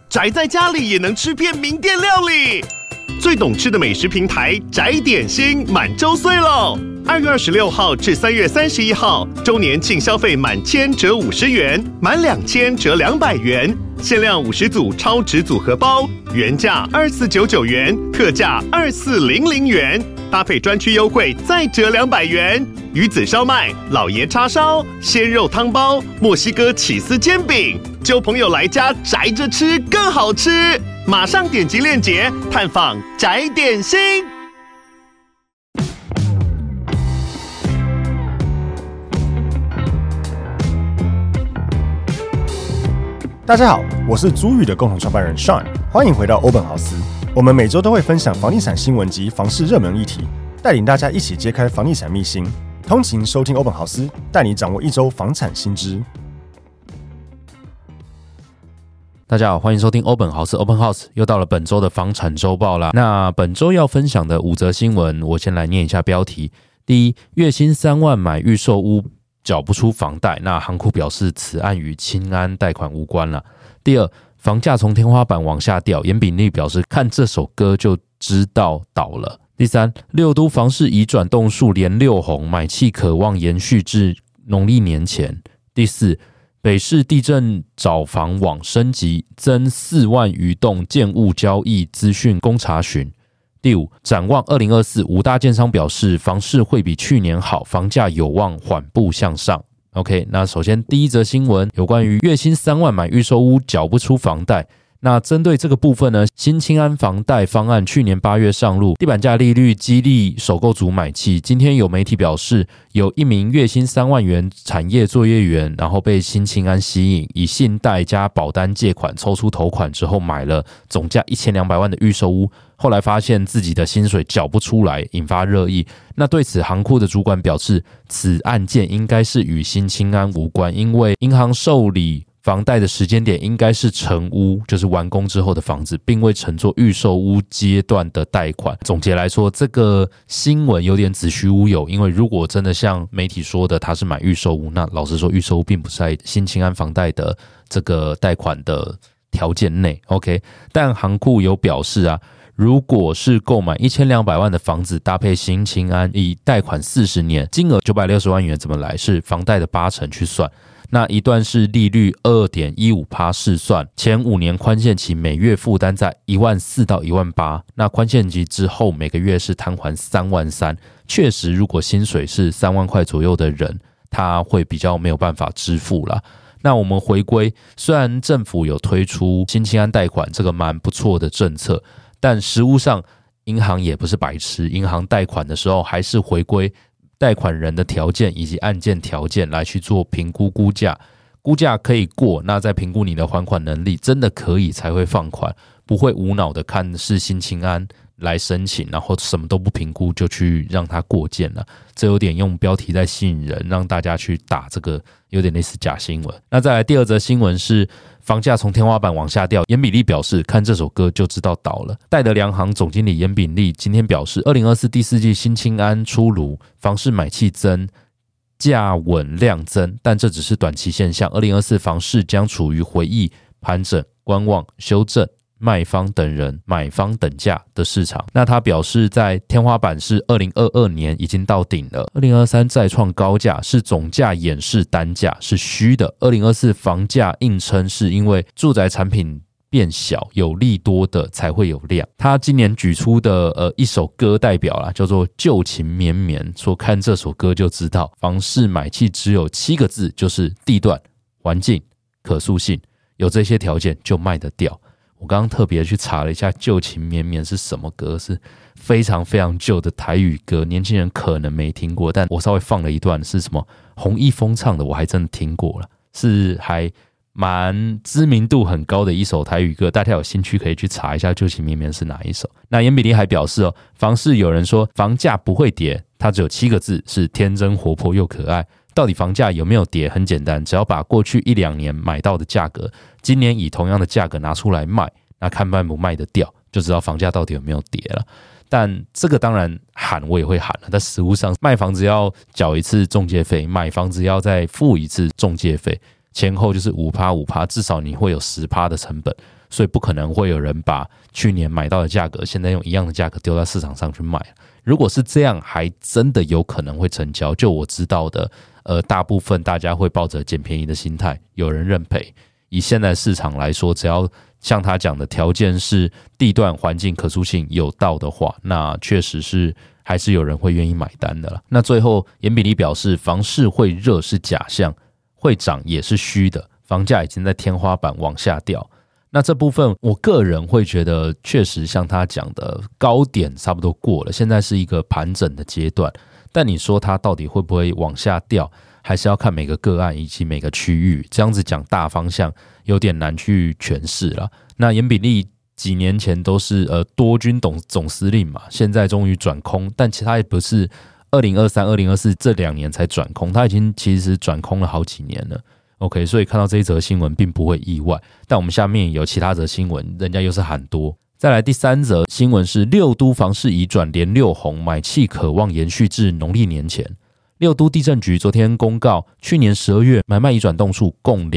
宅在家里也能吃遍名店料理。最懂吃的美食平台宅点心满周岁喽！2月26号至3月31号，周年庆消费满1000折50元，满2000折200元，限量50组超值组合包，原价2499元，特价2400元，搭配专区优惠再折200元。鱼子烧麦、老爷叉烧、鲜肉汤包、墨西哥起司煎饼，揪朋友来家宅着吃更好吃。马上点击链接探访宅点心。 大家好，我是租宇的共同创办人 Sean， 欢迎回到欧本豪斯。我们每周都会分享房地产新闻及房市热门议题，带领大家一起揭开房地产秘辛。通勤收听欧本豪斯，带你掌握一周房产新知。 大家好，欢迎收听欧本豪斯 Open House， 又到了本周的房产周报啦。那本周要分享的5则新闻，我先来念一下标题。第一，月薪3万买预售屋缴不出房贷，那行库表示此案与青安贷款无关啦。第二，房价从天花板往下掉，严炳立表示看这首歌就知道倒了。第三，六都房市移转栋数连6红，买气可望延续至农历年前。第四，北市地震找房网升级，增4万余栋建物交易资讯供查询。第五，展望2024，五大建商表示房市会比去年好，房价有望缓步向上。OK， 那首先第一则新闻有关于月薪3万买预售屋缴不出房贷。那针对这个部分呢，新青安房贷方案去年8月上路，地板价利率激励首购族买气。今天有媒体表示，有一名月薪3万元产业作业员，然后被新青安吸引，以信贷加保单借款抽出头款之后，买了总价1200万的预售屋，后来发现自己的薪水缴不出来，引发热议。那对此行库的主管表示，此案件应该是与新青安无关，因为银行受理房贷的时间点应该是成屋，就是完工之后的房子，并未承做预售屋阶段的贷款。总结来说，这个新闻有点子虚乌有，因为如果真的像媒体说的他是买预售屋，那老实说预售屋并不是在新青安房贷的这个贷款的条件内。 OK， 但行库有表示啊，如果是购买1200万的房子，搭配新青安以贷款40年，金额960万元怎么来？是房贷的8成去算。那一段是利率 2.15% 试算，前5年宽限期每月负担在14000到18000，那宽限期之后每个月是摊还33000。确实，如果薪水是3万块左右的人，他会比较没有办法支付啦。那我们回归，虽然政府有推出新青安贷款这个蛮不错的政策，但实务上银行也不是白痴，银行贷款的时候还是回归贷款人的条件以及案件条件来去做评估估价，估价可以过，那再评估你的还款能力，真的可以才会放款，不会无脑的看是新青安来申请，然后什么都不评估就去让它过件了，这有点用标题在吸引人，让大家去打这个有点类似假新闻。那再来第二则新闻是房价从天花板往下掉，严炳立表示看这首歌就知道倒了。戴德梁行总经理严炳立今天表示，2024第4季新青安出炉，房市买气增，价稳量增，但这只是短期现象。2024房市将处于回忆、盘整、观望、修正，卖方等人、买方等价的市场。那他表示，在天花板是2022年已经到顶了，2023再创高价，是总价掩饰单价，是虚的。2024房价硬撑是因为住宅产品变小，有利多的才会有量。他今年举出的一首歌代表啦，叫做旧情绵绵，说看这首歌就知道房市买气只有7个字，就是地段、环境、可塑性，有这些条件就卖得掉。我刚刚特别去查了一下旧情绵绵是什么歌，是非常非常旧的台语歌，年轻人可能没听过，但我稍微放了一段是什么洪一峰唱的，我还真的听过了，是还蛮知名度很高的一首台语歌，大家有兴趣可以去查一下旧情绵绵是哪一首。那严炳立还表示房市有人说房价不会跌，它只有7个字，是天真活泼又可爱。到底房价有没有跌？很简单，只要把过去1-2年买到的价格，今年以同样的价格拿出来卖，那看卖不卖得掉，就知道房价到底有没有跌了。但这个当然喊我也会喊了，但实务上卖房子要缴一次中介费，买房子要再付一次中介费， 前后就是 5%， 至少你会有 10% 的成本，所以不可能会有人把去年买到的价格现在用一样的价格丢到市场上去卖。如果是这样，还真的有可能会成交。就我知道的，大部分大家会抱着捡便宜的心态，有人认赔。以现在市场来说，只要像他讲的条件是地段、环境、可塑性有到的话，那确实是还是有人会愿意买单的啦。那最后严比利表示，房市会热是假象，会涨也是虚的，房价已经在天花板往下掉。那这部分我个人会觉得，确实像他讲的，高点差不多过了，现在是一个盘整的阶段。但你说它到底会不会往下掉，还是要看每个个案以及每个区域，这样子讲大方向有点难去诠释了。那严比利几年前都是多军总司令嘛，现在终于转空，但其实他也不是2023、2024这2年才转空，他已经其实转空了好几年了。OK， 所以看到这一则新闻并不会意外，但我们下面有其他则新闻，人家又是喊多。再来第3则新闻是六都房市移转连6红，买气可望延续至农历年前。六都地政局昨天公告，去年12月买卖移转栋数共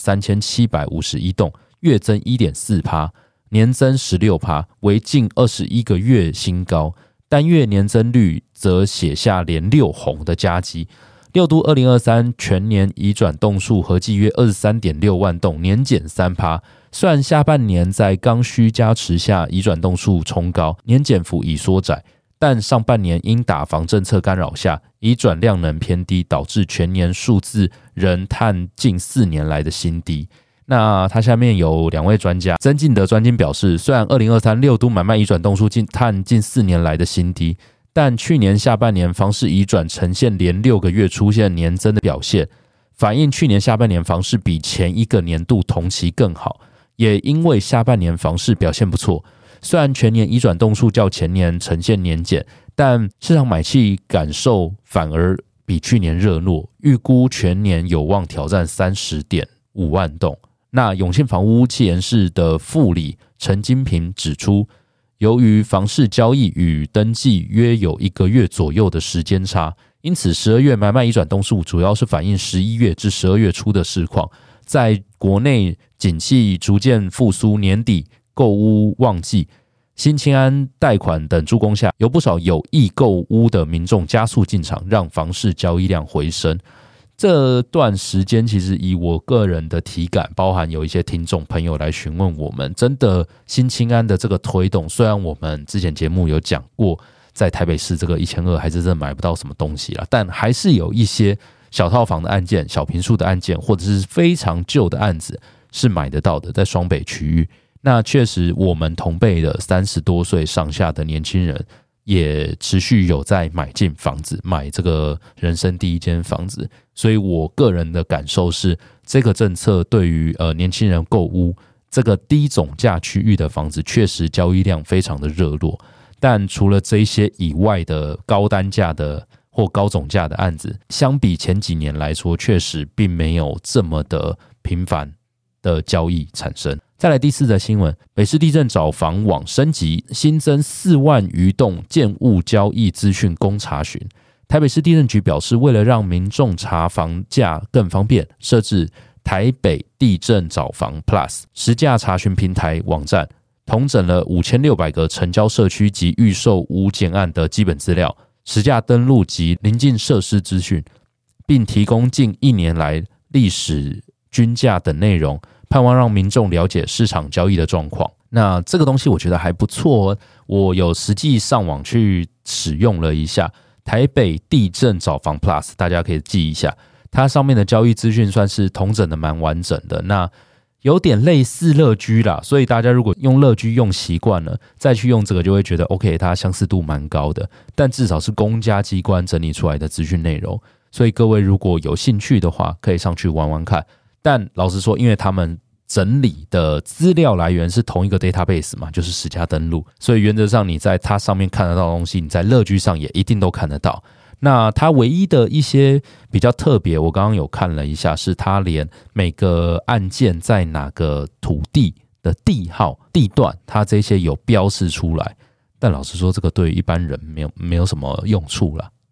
23751栋，月增 1.4%， 年增 16%， 为近21个月新高，单月年增率则写下连6红的佳绩。六都2023全年移转栋数合计约 23.6 万栋，年减 3%。虽然下半年在刚需加持下移转栋数冲高，年减幅已缩窄，但上半年因打房政策干扰下，移转量能偏低，导致全年数字仍探近4年来的新低。那他下面有2位专家，曾敬德专精表示，虽然2023六都买卖移转栋数探近4年来的新低，但去年下半年房市移转呈现连6个月出现年增的表现，反映去年下半年房市比前一个年度同期更好，也因为下半年房市表现不错，虽然全年移转栋数较前年呈现年减，但市场买气感受反而比去年热络，预估全年有望挑战 30.5 万栋。那永庆房屋企研室的副理陈金平指出，由于房市交易与登记约有1个月左右的时间差，因此12月买卖移转栋数主要是反映11月至12月初的市况。在国内景气逐渐复苏，年底购屋旺季，新青安贷款等助攻下，有不少有意购屋的民众加速进场，让房市交易量回升。这段时间其实以我个人的体感，包含有一些听众朋友来询问我们，真的新青安的这个推动，虽然我们之前节目有讲过，在台北市这个1200还是真的买不到什么东西啦，但还是有一些小套房的案件、小坪数的案件，或者是非常旧的案子是买得到的，在双北区域。那确实我们同辈的30多岁上下的年轻人也持续有在买进房子，买这个人生第一间房子，所以我个人的感受是，这个政策对于年轻人购屋这个低总价区域的房子，确实交易量非常的热络。但除了这些以外的高单价的或高总价的案子，相比前几年来说，确实并没有这么的频繁的交易产生。再来第4则新闻，北市地政找房网升级，新增4万余栋建物交易资讯供查询。台北市地政局表示，为了让民众查房价更方便，设置台北地政找房 Plus 实价查询平台网站，统整了5600个成交社区及预售屋建案的基本资料、实价登录及邻近设施资讯，并提供近1年来历史均价等内容，盼望让民众了解市场交易的状况。那这个东西我觉得还不错，我有实际上网去使用了一下台北地政找房 Plus， 大家可以记一下，它上面的交易资讯算是统整的蛮完整的，那有点类似乐居啦，所以大家如果用乐居用习惯了，再去用这个就会觉得 OK， 它相似度蛮高的，但至少是公家机关整理出来的资讯内容，所以各位如果有兴趣的话，可以上去玩玩看。但老实说，因为他们整理的资料来源是同一个 database 嘛，就是实价登录，所以原则上你在它上面看得到的东西，你在乐居上也一定都看得到。那它唯一的一些比较特别，我刚刚有看了一下，是它连每个案件在哪个土地的地号、地段，它这些有标示出来。但老实说，这个对于一般人没有什么用处啦。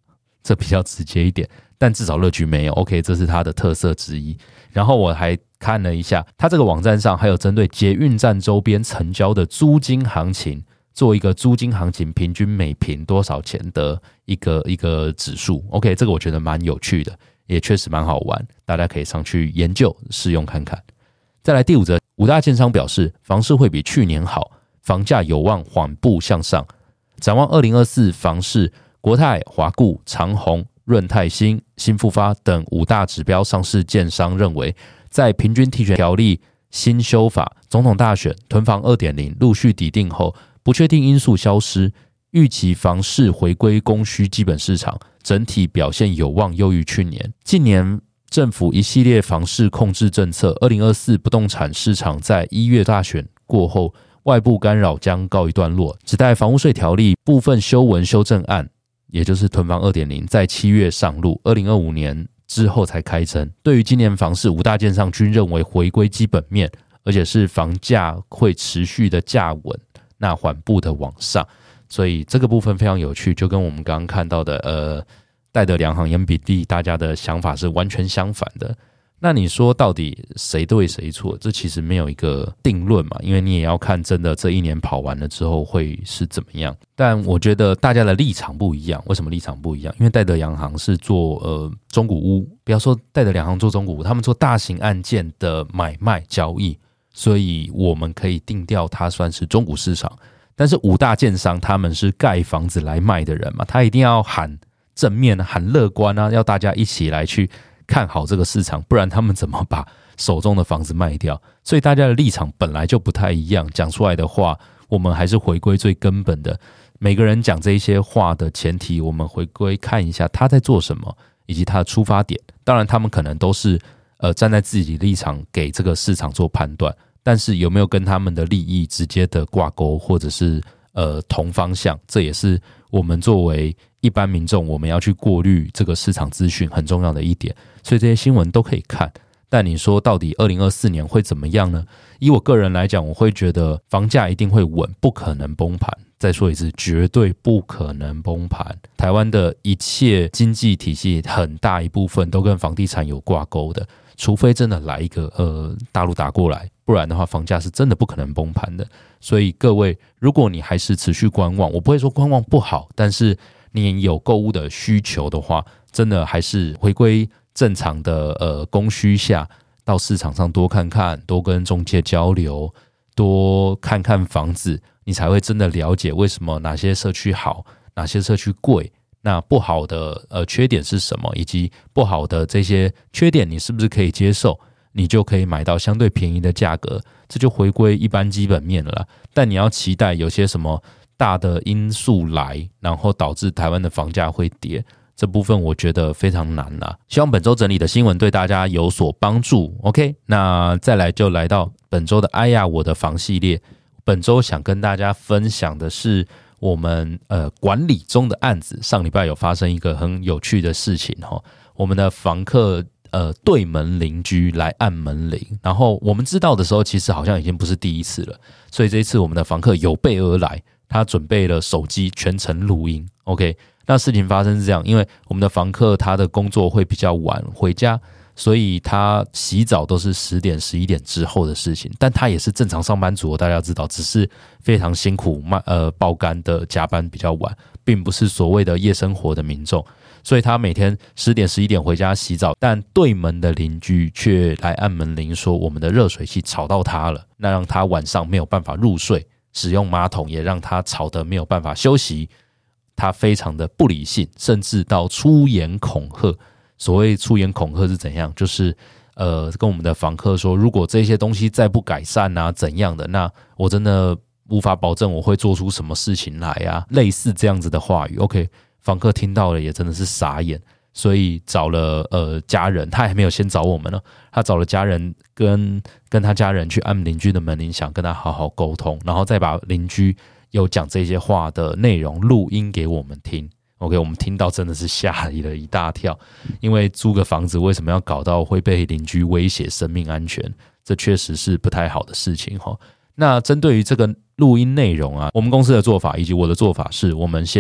这比较直接一点，但至少乐居没有 OK， 这是它的特色之一。然后我还看了一下它这个网站上还有针对捷运站周边成交的租金行情做一个租金行情平均每坪多少钱的一个指数 OK， 这个我觉得蛮有趣的，也确实蛮好玩，大家可以上去研究试用看看。再来第五则，五大建商表示房市会比去年好，房价有望缓步向上。展望2024房市，国泰、华固、长鸿、润泰新、新复发等五大指标上市建商认为，在平均地权条例新修法、总统大选、囤房 2.0 陆续抵定后，不确定因素消失，预期房市回归供需基本市场，整体表现有望优于去年。近年政府一系列房市控制政策，2024不动产市场在1月大选过后，外部干扰将告一段落，只待房屋税条例部分修文修正案，也就是囤房 2.0 在7月上路，2025年之后才开征。对于今年房市，五大建商均认为回归基本面，而且是房价会持续的价稳，那缓步的往上，所以这个部分非常有趣，就跟我们刚刚看到的戴德梁行、延比利大家的想法是完全相反的。那你说到底谁对谁错？这其实没有一个定论嘛，因为你也要看真的这一年跑完了之后会是怎么样。但我觉得大家的立场不一样。为什么立场不一样？因为戴德梁行是做中古屋，不要说戴德梁行做中古屋，他们做大型案件的买卖交易，所以我们可以定调它算是中古市场。但是五大建商他们是盖房子来卖的人嘛，他一定要喊正面、喊乐观啊，要大家一起来去看好这个市场，不然他们怎么把手中的房子卖掉？所以大家的立场本来就不太一样，讲出来的话，我们还是回归最根本的。每个人讲这一些话的前提，我们回归看一下他在做什么，以及他的出发点。当然，他们可能都是站在自己的立场给这个市场做判断，但是有没有跟他们的利益直接的挂钩，或者是同方向，这也是我们作为一般民众我们要去过滤这个市场资讯很重要的一点。所以这些新闻都可以看，但你说到底2024年会怎么样呢？以我个人来讲，我会觉得房价一定会稳，不可能崩盘。再说一次，绝对不可能崩盘。台湾的一切经济体系很大一部分都跟房地产有挂钩的，除非真的来一个大陆打过来，不然的话房价是真的不可能崩盘的。所以各位，如果你还是持续观望，我不会说观望不好，但是你有购物的需求的话，真的还是回归正常的供需下，到市场上多看看，多跟中介交流，多看看房子，你才会真的了解为什么哪些社区好，哪些社区贵，那不好的缺点是什么，以及不好的这些缺点你是不是可以接受，你就可以买到相对便宜的价格，这就回归一般基本面了啦。但你要期待有些什么大的因素来，然后导致台湾的房价会跌，这部分我觉得非常难啦。希望本周整理的新闻对大家有所帮助。 OK， 那再来就来到本周的哎呀我的房系列。本周想跟大家分享的是我们管理中的案子。上礼拜有发生一个很有趣的事情，我们的房客对门邻居来按门铃，然后我们知道的时候其实好像已经不是第一次了，所以这一次我们的房客有备而来，他准备了手机全程录音。 OK， 那事情发生是这样，因为我们的房客他的工作会比较晚回家，所以他洗澡都是10点11点之后的事情，但他也是正常上班族，大家知道，只是非常辛苦爆肝的加班比较晚，并不是所谓的夜生活的民众，所以他每天10点11点回家洗澡，但对门的邻居却来按门铃说我们的热水器吵到他了，那让他晚上没有办法入睡，使用马桶也让他吵得没有办法休息，他非常的不理性，甚至到出言恐吓。所谓出言恐吓是怎样？就是跟我们的房客说，如果这些东西再不改善啊怎样的，那我真的无法保证我会做出什么事情来啊，类似这样子的话语。 OK， 房客听到了也真的是傻眼，所以找了家人，他还没有先找我们呢，他找了家人跟他家人去按邻居的门铃，想跟他好好沟通，然后再把邻居有讲这些话的内容录音给我们听。OK， 我们听到真的是吓了一大跳，因为租个房子为什么要搞到会被邻居威胁生命安全，这确实是不太好的事情。那针对于这个录音内容啊，我们公司的做法以及我的做法是，我们先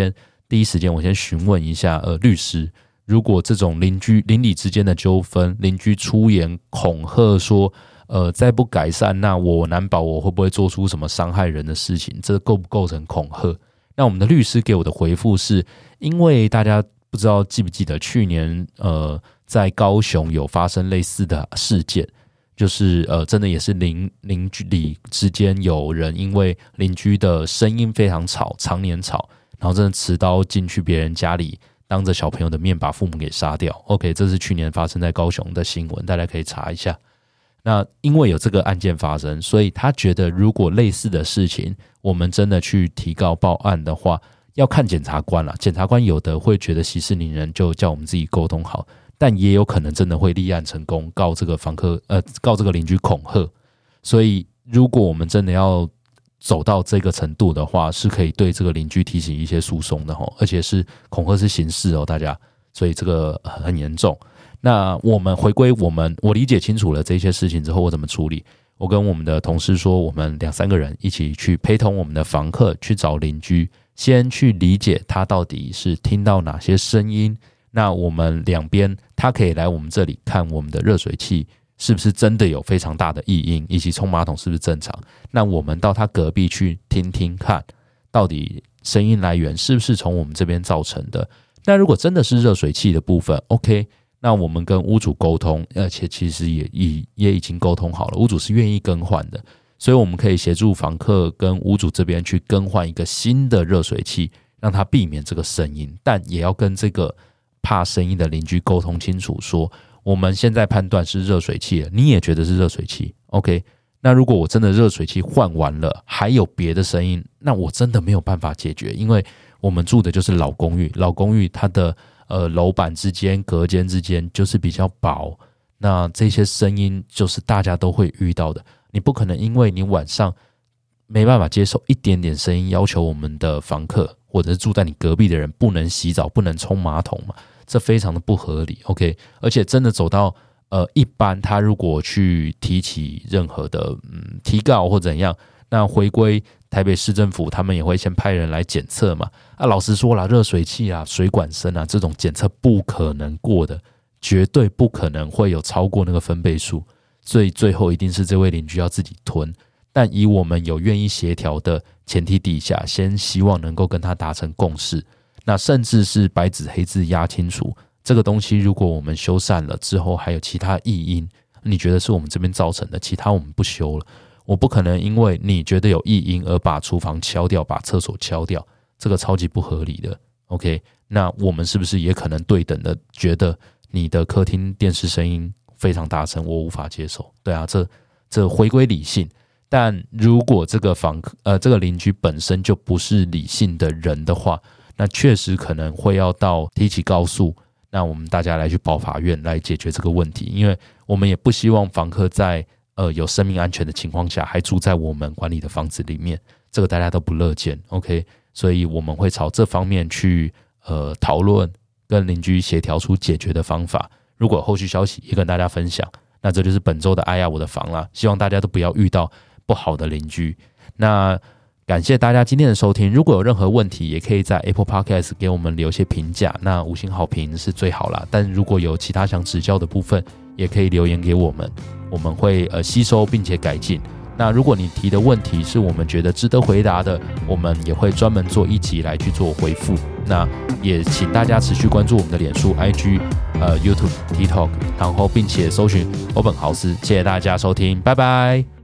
第一时间我先询问一下律师，如果这种邻里之间的纠纷，邻居出言恐吓说再不改善，那我难保我会不会做出什么伤害人的事情，这构不构成恐吓？那我们的律师给我的回复是，因为大家不知道记不记得去年在高雄有发生类似的事件，就是真的也是邻居里之间有人因为邻居的声音非常吵，常年吵，然后真的持刀进去别人家里，当着小朋友的面把父母给杀掉。 OK， 这是去年发生在高雄的新闻，大家可以查一下。那因为有这个案件发生，所以他觉得如果类似的事情我们真的去提告报案的话，要看检察官啦。检察官有的会觉得息事宁人，就叫我们自己沟通好，但也有可能真的会立案成功，告这个告这个邻居恐吓。所以如果我们真的要走到这个程度的话，是可以对这个邻居提起一些诉讼的，而且是恐吓是刑事大家，所以这个很严重。那我们回归我理解清楚了这些事情之后，我怎么处理？我跟我们的同事说，我们2-3个人一起去陪同我们的房客去找邻居，先去理解他到底是听到哪些声音。那我们两边，他可以来我们这里看我们的热水器是不是真的有非常大的异音，以及冲马桶是不是正常。那我们到他隔壁去听听看，到底声音来源是不是从我们这边造成的。那如果真的是热水器的部分 OK，那我们跟屋主沟通，而且其实也已经沟通好了，屋主是愿意更换的，所以我们可以协助房客跟屋主这边去更换一个新的热水器，让他避免这个声音，但也要跟这个怕声音的邻居沟通清楚，说我们现在判断是热水器了，你也觉得是热水器 OK， 那如果我真的热水器换完了还有别的声音，那我真的没有办法解决，因为我们住的就是老公寓它的楼板之间隔间之间就是比较薄，那这些声音就是大家都会遇到的，你不可能因为你晚上没办法接受一点点声音，要求我们的房客或者是住在你隔壁的人不能洗澡不能冲马桶嘛，这非常的不合理 OK。 而且真的走到一般他如果去提起任何的提告或怎样，那回归台北市政府他们也会先派人来检测嘛。老实说啦，热水器啊水管声啊这种检测不可能过的，绝对不可能会有超过那个分贝数，所以最后一定是这位邻居要自己吞。但以我们有愿意协调的前提底下，先希望能够跟他达成共识，那甚至是白纸黑字压清楚这个东西，如果我们修缮了之后还有其他异音，你觉得是我们这边造成的，其他我们不修了。我不可能因为你觉得有异音而把厨房敲掉把厕所敲掉，这个超级不合理的 OK。 那我们是不是也可能对等的觉得你的客厅电视声音非常大声，我无法接受？对啊，这回归理性。但如果这个邻居本身就不是理性的人的话，那确实可能会要到提起告诉，那我们大家来去保法院来解决这个问题，因为我们也不希望房客在有生命安全的情况下还住在我们管理的房子里面，这个大家都不乐见 OK。 所以我们会朝这方面去讨论，跟邻居协调出解决的方法。如果有后续消息也跟大家分享。那这就是本周的爱呀我的房啦，希望大家都不要遇到不好的邻居。那感谢大家今天的收听，如果有任何问题也可以在 Apple Podcast 给我们留些评价，那5星好评是最好啦，但如果有其他想指教的部分也可以留言给我们，我们会吸收并且改进。那如果你提的问题是我们觉得值得回答的，我们也会专门做一集来去做回复。那也请大家持续关注我们的脸书 IG YouTube TikTok， 然后并且搜寻欧本豪斯。谢谢大家收听，拜拜。